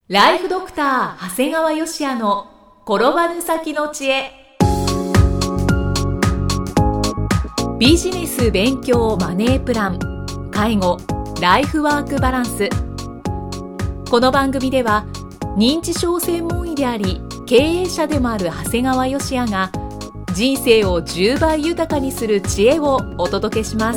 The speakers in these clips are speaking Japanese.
ライフドクター長谷川芳也の転ばぬ先の知恵。ビジネス勉強マネープラン、介護、ライフワークバランス。この番組では認知症専門医であり経営者でもある長谷川芳也が人生を10倍豊かにする知恵をお届けします。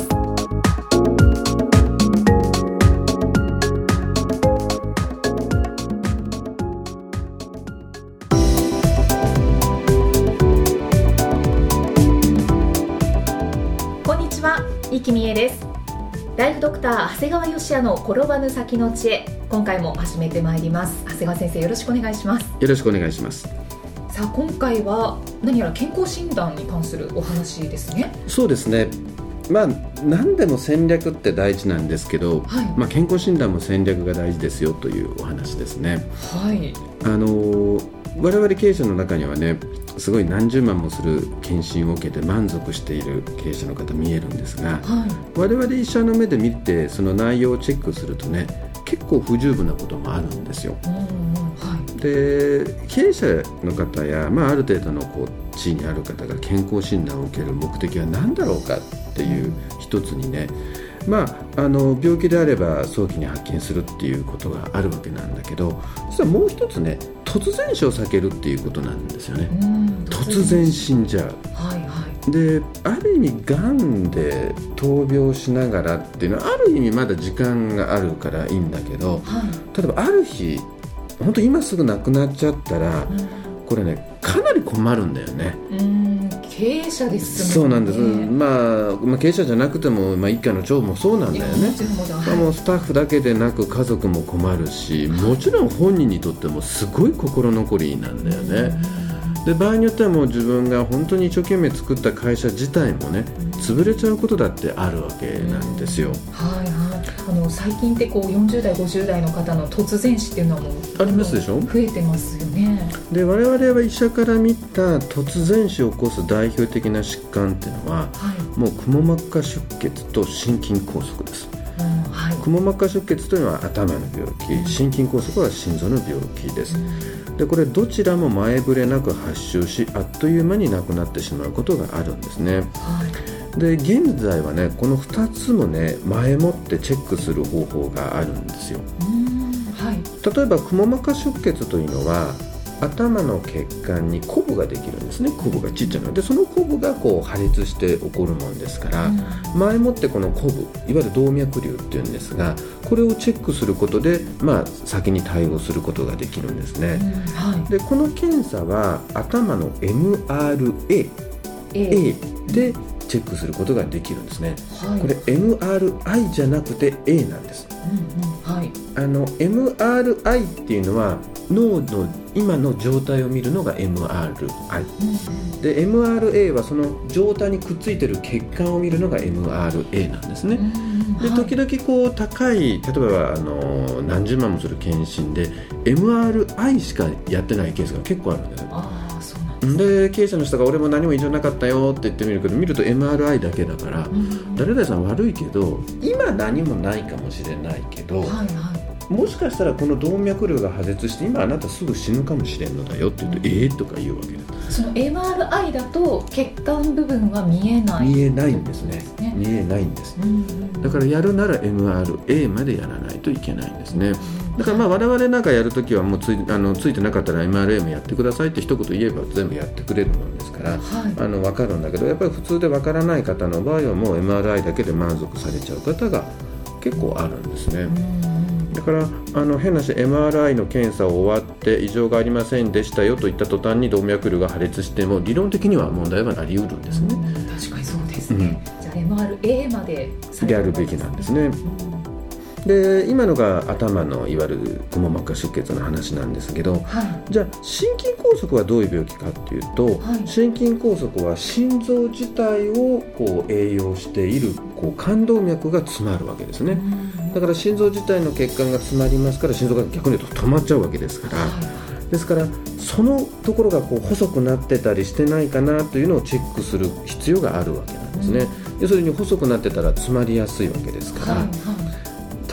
こんにちは、生きみえです。ライフドクター長谷川芳也の転ばぬ先の知恵、今回も始めてまいります。長谷川先生、よろしくお願いします。 よろしくお願いします。 さあ、今回は何やら健康診断に関するお話ですね。 そうですね。何でも戦略って大事なんですけど、はい、健康診断も戦略が大事ですよというお話ですね。 はい。 我々経営者の中にはね、すごい何十万もする検診を受けて満足している経営者の方見えるんですが、はい、我々医者の目で見てその内容をチェックするとね、結構不十分なこともあるんですよ。で、経営者の方や、ある程度の地位にある方が健康診断を受ける目的は何だろうかっていう一つにね、病気であれば早期に発見するっていうことがあるわけなんだけど、実はもう一つね、突然死を避けるっていうことなんですよね。突然死んじゃう、で、ある意味がんで闘病しながらっていうのはある意味まだ時間があるからいいんだけど、例えばある日本当今すぐ亡くなっちゃったら、これね、かなり困るんだよね。 経営者ですもんね。そうなんです。経営者じゃなくても、一家の長もそうなんだよね。もうスタッフだけでなく家族も困るし、もちろん本人にとってもすごい心残りなんだよね。で、場合によってはもう自分が本当に一生懸命作った会社自体もね、潰れちゃうことだってあるわけなんですよ。 最近って40代50代の方の突然死っていうのはもうありますでしょ。 増えてますよね。 で、我々は医者から見た突然死を起こす代表的な疾患っていうのは、もうくも膜下出血と心筋梗塞です。くも膜下出血というのは頭の病気、心筋梗塞は心臓の病気です。で、これどちらも前触れなく発症し、あっという間に亡くなってしまうことがあるんですね。で、現在はね、この2つもね、前もってチェックする方法があるんですよ。例えばくも膜下出血というのは頭の血管にコブができるんですね。コブがちっちゃいので、そのコブが破裂して起こるもんですから、前もってこのコブ、いわゆる動脈瘤っていうんですが、これをチェックすることで、先に対応することができるんですね。で、この検査は頭の MRA でチェックすることができるんですね。これ MRI じゃなくて A なんです。MRI っていうのは脳の今の状態を見るのが MRI、で MRA はその状態にくっついてる血管を見るのが MRA なんですね。で、時々高い、例えば何十万もする検診で MRI しかやってないケースが結構あるんですよ。で、経営者の人が俺も何も異常なかったよって言ってみるけど、見ると MRI だけだから、誰々さん悪いけど今何もないかもしれないけど、もしかしたらこの動脈瘤が破裂して今あなたすぐ死ぬかもしれんのだよって言うと、とか言うわけです。 その MRI だと血管部分は見えないんですね。見えないんです。だからやるなら MRA までやらないといけないんですね。だから我々なんかやるときはもうついてなかったら MRA もやってくださいって一言言えば全部やってくれるものですから、分かるんだけど、やっぱり普通で分からない方の場合はもう MRI だけで満足されちゃう方が結構あるんですね。だから変な話、 MRI の検査を終わって異常がありませんでしたよといった途端に動脈瘤が破裂しても理論的には問題はあり得るんですね。 確かにそうですね。じゃあ MRA までやるべきなんですね。で、今のが頭のいわゆるくも膜下出血の話なんですけど、じゃあ心筋梗塞はどういう病気かっていうと、心筋梗塞は心臓自体を栄養している冠動脈が詰まるわけですね。だから心臓自体の血管が詰まりますから、心臓が逆に言うと止まっちゃうわけですから、ですからそのところが細くなってたりしてないかなというのをチェックする必要があるわけなんですね。要するに細くなってたら詰まりやすいわけですから、ただ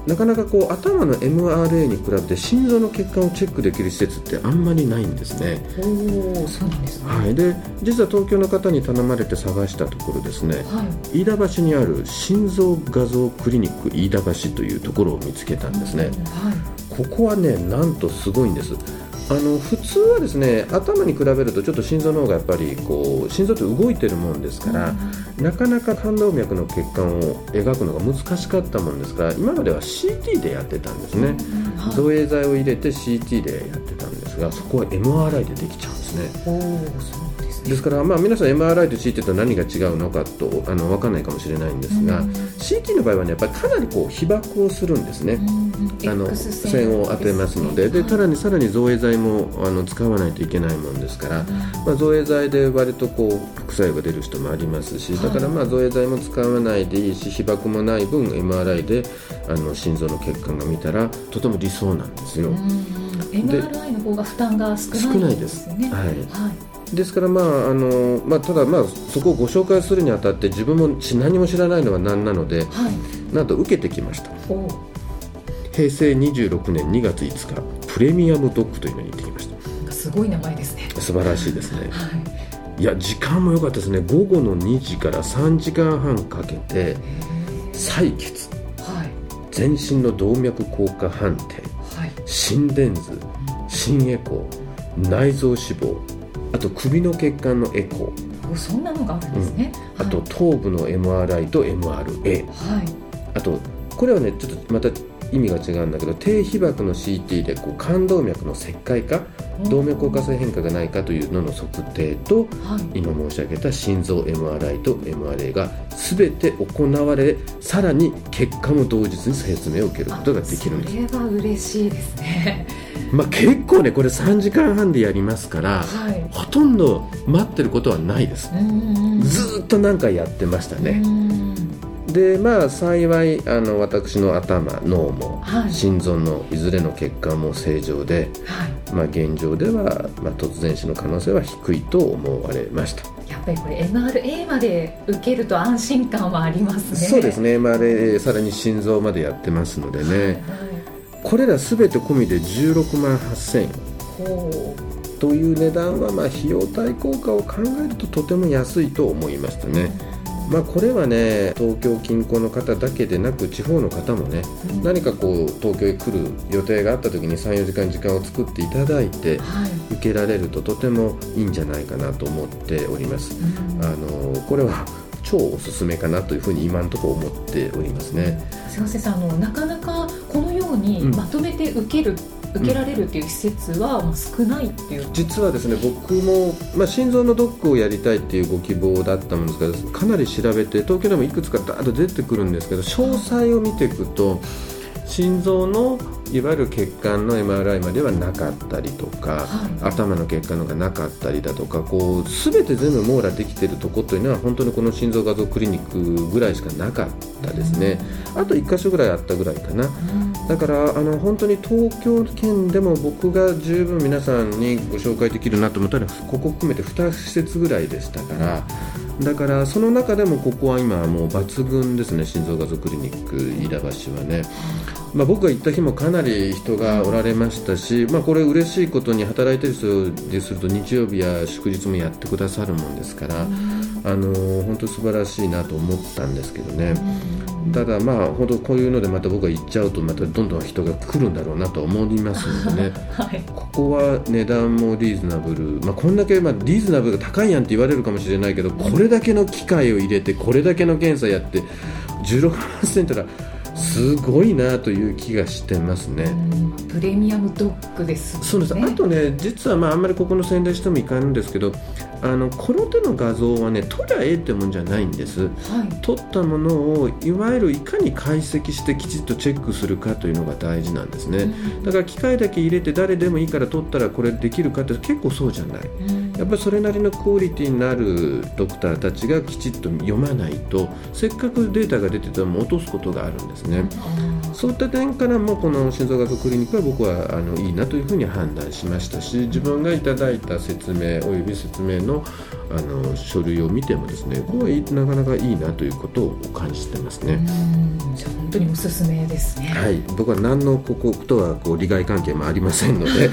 なかなかこう頭の MRA に比べて心臓の血管をチェックできる施設ってあんまりないんですね。 そうなんですね。 はい、で実は東京の方に頼まれて探したところですね、飯田橋にある心臓画像クリニック飯田橋というところを見つけたんですね。ここはね、なんとすごいんです。普通はですね、頭に比べるとちょっと心臓の方がやっぱりこう心臓って動いてるもんですから、なかなか冠動脈の血管を描くのが難しかったもんですから、今までは CT でやってたんですね。造影剤を入れて CT でやってたんですが、そこは MRI でできちゃうんですね。ですから、皆さん MRI と CT と何が違うのかと分かんないかもしれないんですが、CT の場合はね、やっぱりかなりこう被曝をするんですね。線を当てますので、さらに造影剤も使わないといけないもんですから、造影剤で割とこう副作用が出る人もありますし、だから造影剤も使わないでいいし、被曝もない分 MRI で心臓の血管が見たらとても理想なんですよ。 MRI の方が負担が少ないですよね。 ですから、ただそこをご紹介するにあたって自分も何も知らないのは何なので、なんと受けてきました。平成26年2月5日プレミアムドッグというのに行ってきました。 すごい名前ですね。 素晴らしいですね。いや、時間も良かったですね。午後の2時から3時間半かけて採血、全身の動脈硬化判定、心電図、心エコー、内臓脂肪、あと首の血管のエコー、そんなのがあるんですね。 あと頭部の MRI と MRA、あとこれはね、ちょっとまた意味が違うんだけど、低被曝の CT でこう冠動脈の石灰化、動脈硬化性変化がないかというのの測定と、今申し上げた心臓 MRI と MRA が全て行われ、さらに結果も同日に説明を受けることができるんです。 それは嬉しいですね。 結構ね、これ3時間半でやりますから、ほとんど待ってることはないです。ずっと何回やってましたね。で幸い私の頭、脳も、心臓のいずれの血管も正常で、現状では、突然死の可能性は低いと思われました。 やっぱりこれ MRA まで受けると安心感はありますね。 そうですね。MRA さらに心臓までやってますのでね、これら全て込みで16万8000円という値段は、費用対効果を考えるととても安いと思いましたね。これはね、東京近郊の方だけでなく地方の方もね、何かこう東京へ来る予定があった時に 3,4 時間時間を作っていただいて、受けられるととてもいいんじゃないかなと思っております。これは超おすすめかなというふうに今のところ思っておりますね。 菅瀬さん、なかなかこのようにまとめて受けられるっていう施設は少ないっていう、 実はですね、僕も、心臓のドックをやりたいっていうご希望だったものですが、かなり調べて東京でもいくつかダーッと出てくるんですけど、詳細を見ていくと心臓のいわゆる血管の MRI まではなかったりとか、頭の血管のがなかったりだとか、こう全て全部網羅できているところというのは本当にこの心臓画像クリニックぐらいしかなかったですね。あと1箇所ぐらいあったぐらいかな。だから本当に東京圏でも僕が十分皆さんにご紹介できるなと思ったら、ここ含めて2施設ぐらいでしたから、だからその中でもここは今もう抜群ですね。心臓画像クリニック飯田橋はね、僕が行った日もかなり人がおられましたし、これ嬉しいことに働いてる人ですると日曜日や祝日もやってくださるもんですから、本当素晴らしいなと思ったんですけどね。ただ本当こういうのでまた僕が行っちゃうとまたどんどん人が来るんだろうなと思いますのでね、ここは値段もリーズナブル、こんだけリーズナブルが高いやんって言われるかもしれないけど、これだけの機械を入れてこれだけの検査やって16% らすごいなという気がしてますね。 プレミアムドッグですね。 そうです。あとね、実はあんまりここの宣伝してもいかんんですけど、この手の画像はね、撮りゃええってもんじゃないんです。撮ったものをいわゆるいかに解析してきちっとチェックするかというのが大事なんですね。だから機械だけ入れて誰でもいいから撮ったらこれできるかって結構そうじゃない。やっぱりそれなりのクオリティになるドクターたちがきちっと読まないと、せっかくデータが出てても落とすことがあるんですね。そういった点からもこの心臓画像クリニックは僕はいいなというふうに判断しましたし、自分がいただいた説明および説明の書類を見てもですね、これはなかなかいいなということを感じてますね。 じゃあ本当におすすめですね。 はい、僕は何のこことは利害関係もありませんので、はい、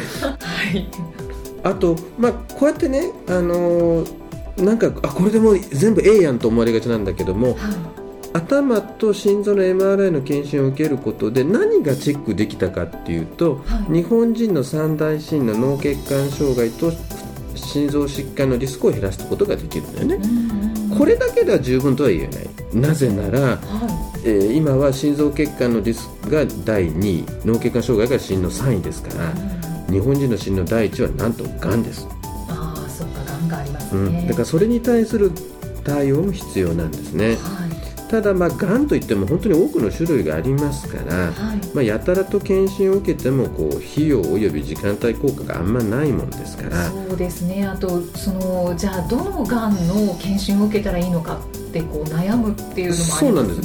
あと、こうやってね、なんかこれでもう全部やんと思われがちなんだけども、はい、頭と心臓の MRI の検診を受けることで何がチェックできたかっていうと、はい、日本人の三大死因の脳血管障害と心臓疾患のリスクを減らすことができるんだよね。これだけでは十分とは言えない。なぜなら、はい今は心臓血管のリスクが第2位、脳血管障害が死因の3位ですから、日本人の死因の第1位はなんとがんです。 ああ、そっか、がんがありますね。 だからそれに対する対応も必要なんですね。はいただ、がんといっても本当に多くの種類がありますから、はいやたらと検診を受けても費用および時間帯効果があんまないもんですから。 そうですね。あとじゃあどのがんの検診を受けたらいいのかって悩むっていうのもありますね。そうなんです。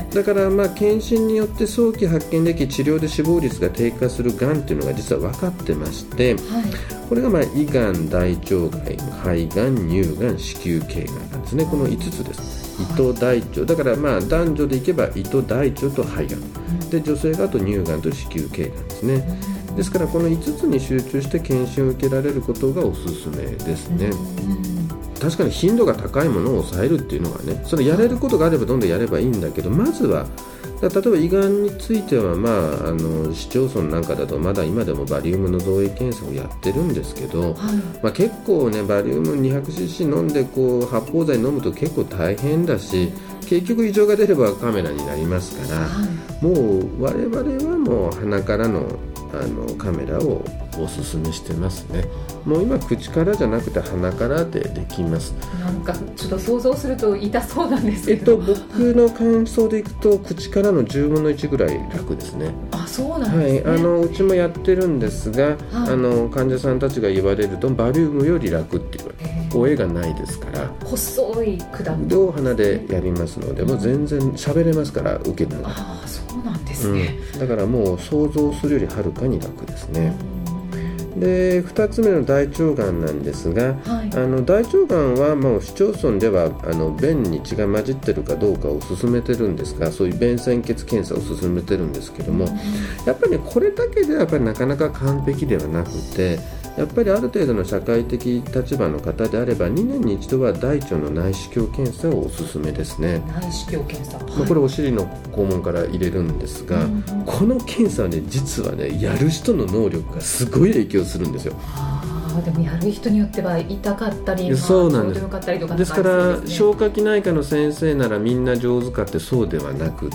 だから検診によって早期発見でき治療で死亡率が低下するがんっていうのが実は分かってまして、はい、これが胃がん、大腸がん、肺がん、乳がん、子宮頸がんなんですね。この5つです。胃と大腸だから男女でいけば胃と大腸と肺がんで、女性があと乳がんと子宮頸がんですね。ですからこの5つに集中して検診を受けられることがおすすめですね。確かに頻度が高いものを抑えるっていうのはね、それやれることがあればどんどんやればいいんだけど、まずは例えば胃がんについては、市町村なんかだとまだ今でもバリウムの造影検査をやってるんですけど、はい結構ねバリウム 200cc 飲んで発泡剤飲むと結構大変だし、結局異常が出ればカメラになりますから、はい、もう我々はもう鼻からのカメラをおすすめしてますね。もう今口からじゃなくて鼻からでできます。 なんかちょっと想像すると痛そうなんですけど、 僕の感想でいくと口からの10分の1ぐらい楽ですね。 あ、そうなんですね。 はい、うちもやってるんですが、はい、患者さんたちが言われるとバリウムより楽って言われる。声がないですから細い管両鼻でやりますので、もう全然喋れますから受けながら。 ああ、そうなんですね。 だからもう想像するよりはるかに楽ですね。で2つ目の大腸がんなんですが、はい、大腸がんはもう市町村では便に血が混じってるかどうかを進めてるんですが、そういう便潜血検査を進めてるんですけども、やっぱりねこれだけではやっぱりなかなか完璧ではなくて、やっぱりある程度の社会的立場の方であれば2年に一度は大腸の内視鏡検査をおすすめですね。 内視鏡検査、 これお尻の肛門から入れるんですが、この検査はね実はねやる人の能力がすごい影響するんですよ。 でもやる人によっては痛かったりそうなんです。 よかったりとかですから消化器内科の先生ならみんな上手かってそうではなくって、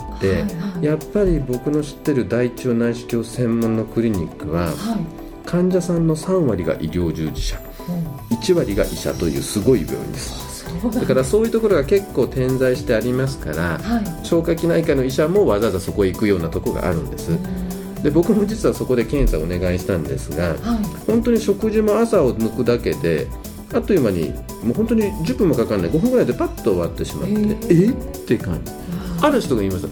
やっぱり僕の知ってる大腸内視鏡専門のクリニックは、患者さんの3割が医療従事者、1割が医者というすごい病院です。だからそういうところが結構点在してありますから、消化器内科の医者もわざわざそこへ行くようなところがあるんです。で僕も実はそこで検査をお願いしたんですが、本当に食事も朝を抜くだけであっという間にもう本当に10分もかかんない5分ぐらいでパッと終わってしまって、って感じ。ある人が言いました。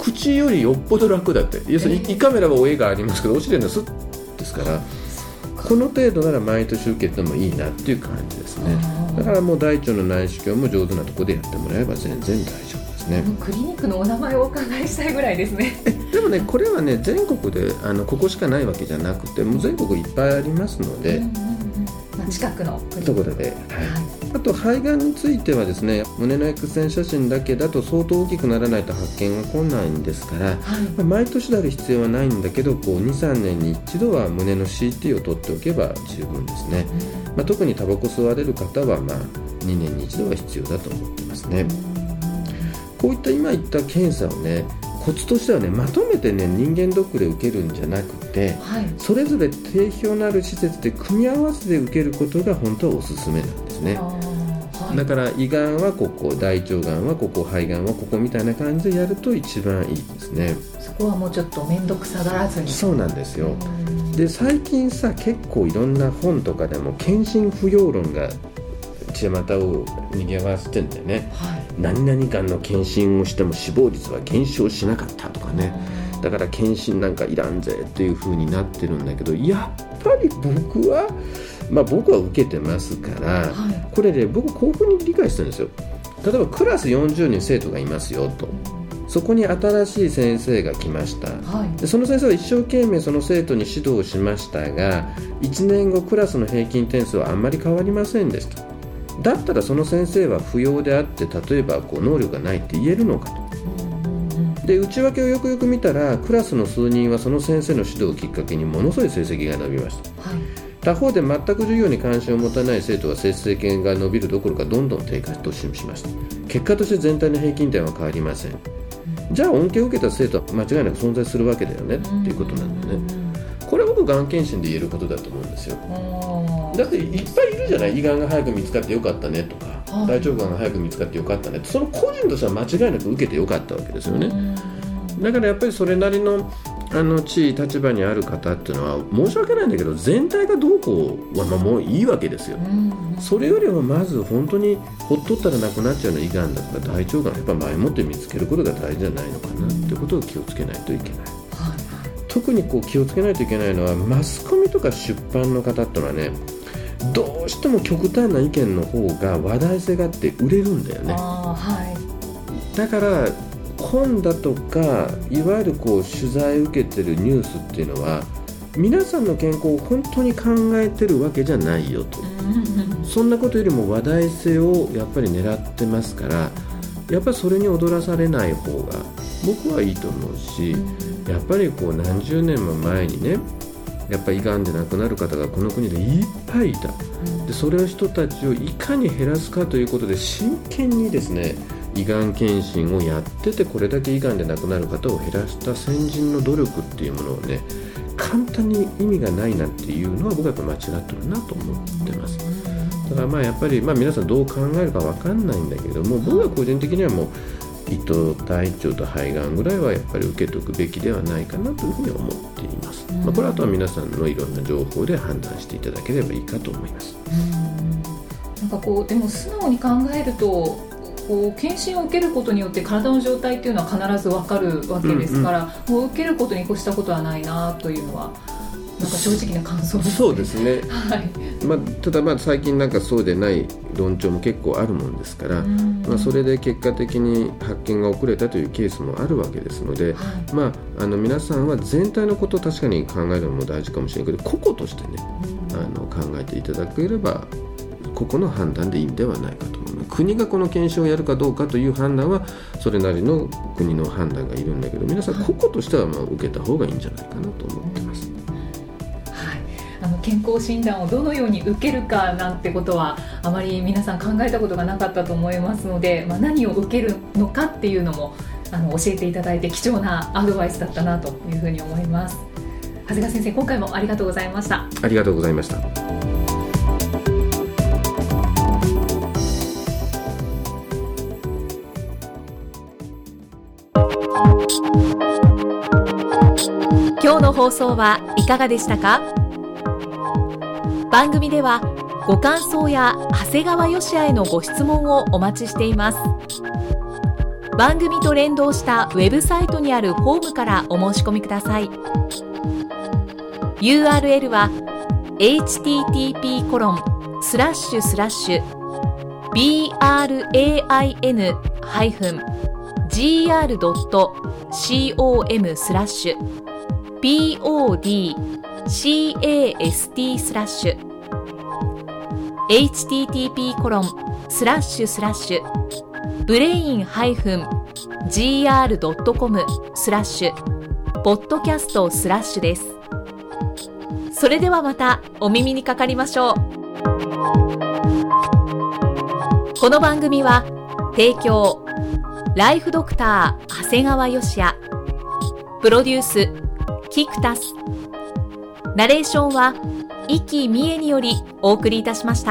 口よりよっぽど楽だって。要するに胃カメラはお絵がありますけどお尻のスッですから、この程度なら毎年受けてもいいなっていう感じですね。だからもう大腸の内視鏡も上手なところでやってもらえば全然大丈夫ですね。 クリニックのお名前をお伺いしたいぐらいですね。 でもねこれはね全国でここしかないわけじゃなくてもう全国いっぱいありますので、 近くのところで、あと肺がんについてはですね胸の X 線写真だけだと相当大きくならないと発見が困難んですから、毎年なる必要はないんだけど2、3年に一度は胸の CT を取っておけば十分ですね。特にタバコ吸われる方は2年に一度は必要だと思ってますね。こういった今言った検査をねコツとしてはねまとめてね人間ドックで受けるんじゃなくて、それぞれ定評のある施設で組み合わせて受けることが本当はおすすめなんですね。だから胃がんはここ、大腸がんはここ、肺がんはここみたいな感じでやると一番いいですね。 そこはもうちょっと面倒くさがらずに。 そうなんですよ。で最近さ結構いろんな本とかでも検診不要論が巷を賑わせてんだよね。何々がんの検診をしても死亡率は減少しなかったとかね、だから検診なんかいらんぜっていう風になってるんだけど、やっぱり僕は受けてますから、これで僕こういう風に理解してるんですよ。例えばクラス40人生徒がいますよと、 そこに新しい先生が来ました、でその先生は一生懸命その生徒に指導をしましたが、1年後クラスの平均点数はあんまり変わりませんでした。だったらその先生は不要であって、例えば能力がないって言えるのかと。で内訳をよくよく見たら、クラスの数人はその先生の指導をきっかけにものすごい成績が伸びました、他方で全く授業に関心を持たない生徒は成績が伸びるどころかどんどん低下としました。結果として全体の平均点は変わりません。じゃあ恩恵を受けた生徒は間違いなく存在するわけだよねっていうことなんだね。これは僕がん検診で言えることだと思うんですよ。だっていっぱいいるじゃない。胃がんが早く見つかってよかったねとか、大腸がんが早く見つかってよかったねって、その個人としては間違いなく受けてよかったわけですよね。だからやっぱりそれなりの地位立場にある方っていうのは、申し訳ないんだけど全体がどうこうはもういいわけですよ。それよりもまず本当にほっとったらなくなっちゃうの胃がんだとか大腸がん、やっぱ前もって見つけることが大事じゃないのかなってことを気をつけないといけない。特に気をつけないといけないのは、マスコミとか出版の方っていうのはね、どうしても極端な意見の方が話題性があって売れるんだよね。だから本だとかいわゆる取材を受けてるニュースっていうのは、皆さんの健康を本当に考えてるわけじゃないよと、そんなことよりも話題性をやっぱり狙ってますから、やっぱりそれに踊らされない方が僕はいいと思うし、やっぱり何十年も前にね、やっぱり胃がんで亡くなる方がこの国でいっぱいいた。でそれを人たちをいかに減らすかということで真剣にですね、胃がん検診をやってて、これだけ胃がんで亡くなる方を減らした先人の努力っていうものをね、簡単に意味がないなっていうのは僕はやっぱ間違ってるなと思ってます。だからやっぱり皆さんどう考えるか分かんないんだけれども、僕は個人的にはもう胃と大腸と肺がんぐらいはやっぱり受けておくべきではないかなというふうに思っています。これはあとは皆さんのいろんな情報で判断していただければいいかと思います。 でも素直に考えると、検診を受けることによって体の状態っていうのは必ず分かるわけですから、もう受けることに越したことはないなというのは正直な感想ですね。 そうですね、ただ最近そうでない論調も結構あるもんですから、それで結果的に発見が遅れたというケースもあるわけですので、皆さんは全体のことを確かに考えるのも大事かもしれないけど、個々としてね、考えていただければ個々の判断でいいんではないかと思います。国がこの検証をやるかどうかという判断はそれなりの国の判断がいるんだけど、皆さん個々としては受けた方がいいんじゃないかなと思ってます。 健康診断をどのように受けるかなんてことはあまり皆さん考えたことがなかったと思いますので、何を受けるのかっていうのも教えていただいて貴重なアドバイスだったなというふうに思います。長谷川先生、今回もありがとうございました。 ありがとうございました。 今日の放送はいかがでしたか？番組ではご感想や長谷川芳也へのご質問をお待ちしています。番組と連動したウェブサイトにあるフォームからお申し込みください。 URL は brain-gr.com/podcast/ です。それではまたお耳にかかりましょう。この番組は提供ライフドクター長谷川芳也、プロデュースキクタス、ナレーションは生きみえによりお送りいたしました。